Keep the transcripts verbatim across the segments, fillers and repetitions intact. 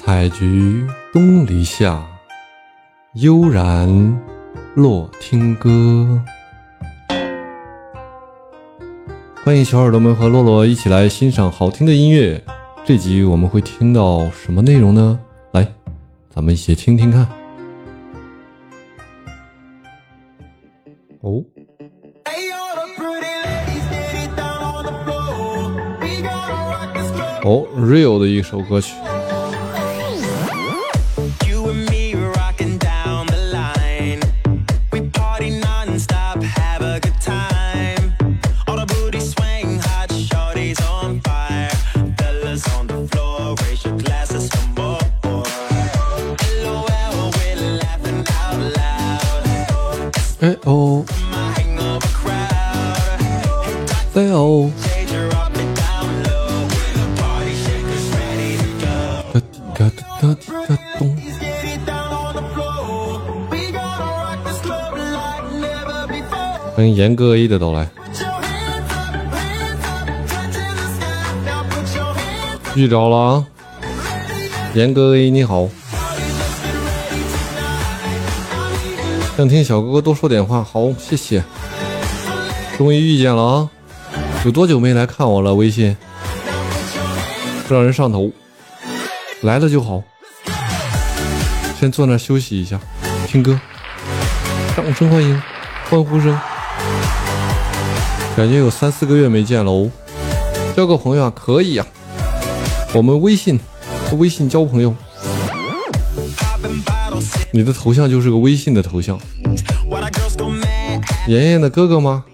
采菊东篱下，悠然落听歌。欢迎小耳朵们和洛洛一起来欣赏好听的音乐。这集我们会听到什么内容呢？来，咱们一起听听看。哦，哦 ，Real 的一首歌曲。哎哦，哎哦，哒滴哒哒哒滴哒咚。欢迎严哥 A 的到来，遇着了啊！严哥 A 你好。想听小哥哥多说点话，好，谢谢。终于遇见了啊！有多久没来看我了？微信不让人上头，来了就好。先坐那休息一下，听歌，掌声欢迎，欢呼声。感觉有三四个月没见了哦，交个朋友啊，可以啊。我们微信，微信交朋友。你的头像就是个微信的头像，妍妍的哥哥吗？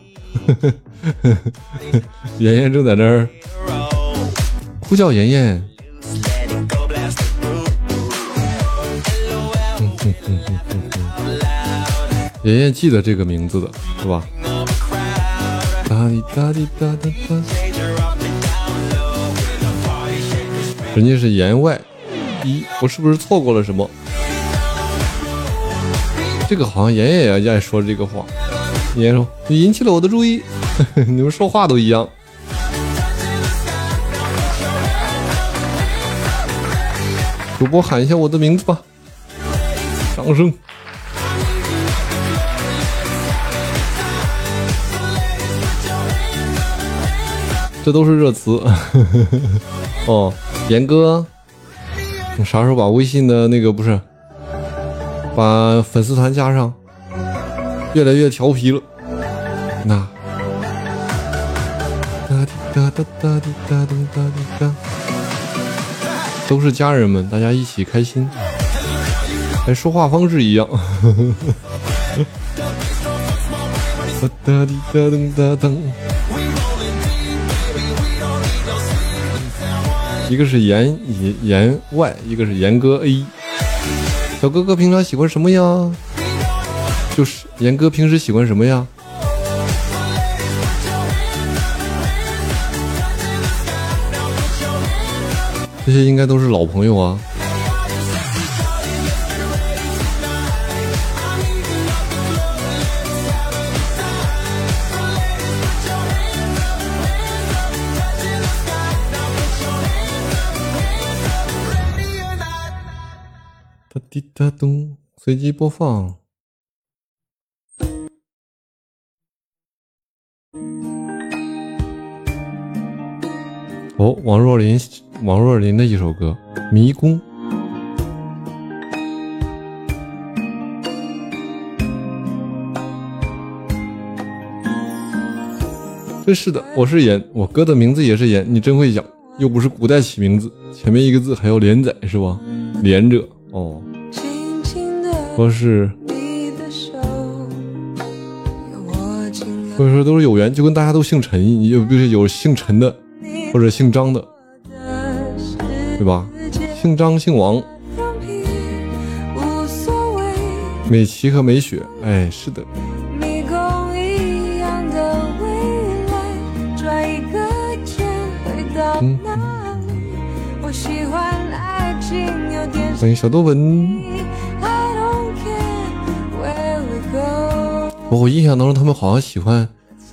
妍妍正在那儿呼叫妍妍。嗯嗯嗯嗯嗯，妍妍记得这个名字的是吧？哒滴哒滴哒哒哒，人家是言外，咦，我是不是错过了什么？这个好像妍妍也爱说这个话。妍妍说：“你引起了我的注意。”你们说话都一样。主播喊一下我的名字吧，掌声。这都是热词。哦，严哥，你啥时候把微信的那个不是？把粉丝团加上，越来越调皮了。那哒滴哒哒哒滴哒咚哒滴哒，都是家人们，大家一起开心，还说话方式一样。哒滴哒咚哒咚，一个是言言外，一个是严哥 A。小哥哥平常喜欢什么呀？就是严哥平时喜欢什么呀？这些应该都是老朋友啊。哒滴哒咚，随机播放。哦，王若琳，王若琳的一首歌《迷宫》。真是的，我是言，我哥的名字也是言，你真会讲，又不是古代起名字，前面一个字还要连载是吧？连着哦。说是，所以说都是有缘，就跟大家都姓陈，有不是有姓陈的，或者姓张的，对吧？姓张、姓王，美琪和美雪，哎，是的。嗯，欢迎小多文。我印象当中他们好像喜欢，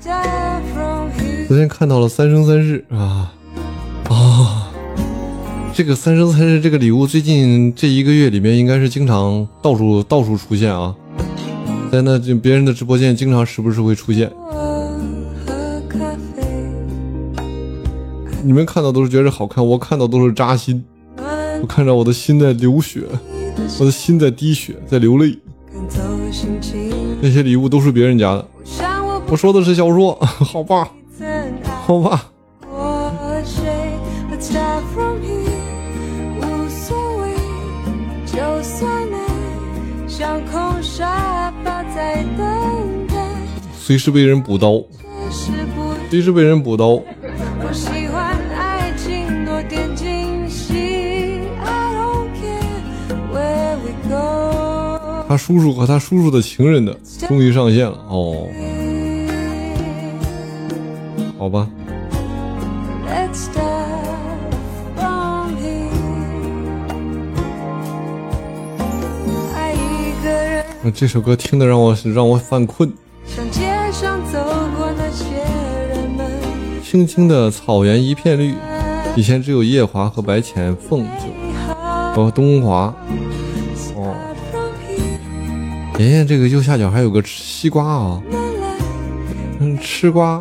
昨天看到了三生三世啊啊， 这个三生三世这个礼物最近这一个月里面应该是经常到处到处出现啊，在那别人的直播间经常时不时会出现。你们看到都是觉得好看，我看到都是扎心，我看着我的心在流血，我的心在滴血，在流泪。那些礼物都是别人家的，我说的是小说，好吧，好吧。随时被人补刀，随时被人补刀。他叔叔和他叔叔的情人的终于上线了哦，好吧。这首歌听得让我让我犯困。青青的草原一片绿，以前只有夜华和白浅凤就和东华。哦，妍妍这个右下角还有个西瓜啊，嗯，吃瓜。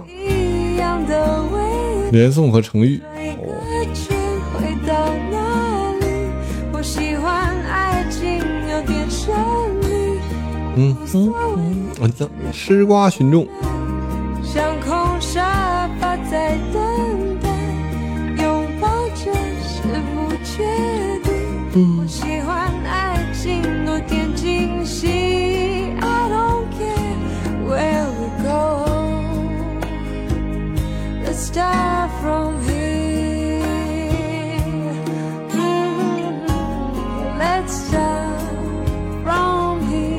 连宋和程昱。哦。嗯嗯嗯，我叫吃瓜群众。像空沙发在等待，拥抱着是不确定。嗯，我喜欢爱情多点惊喜。I don't care where we go. Let's start from here. Mm-hmm. Let's start from here.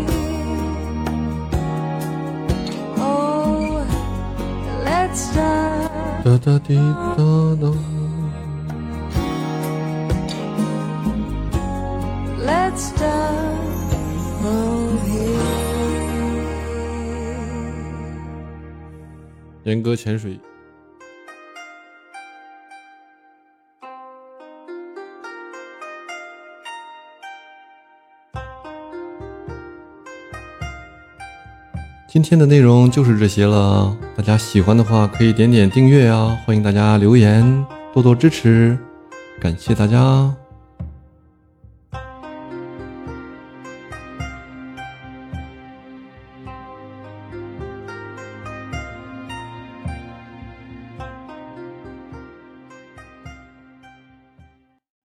Da da di da da. Let's start from here. 严格潜水。今天的内容就是这些了，大家喜欢的话可以点点订阅啊，欢迎大家留言，多多支持，感谢大家。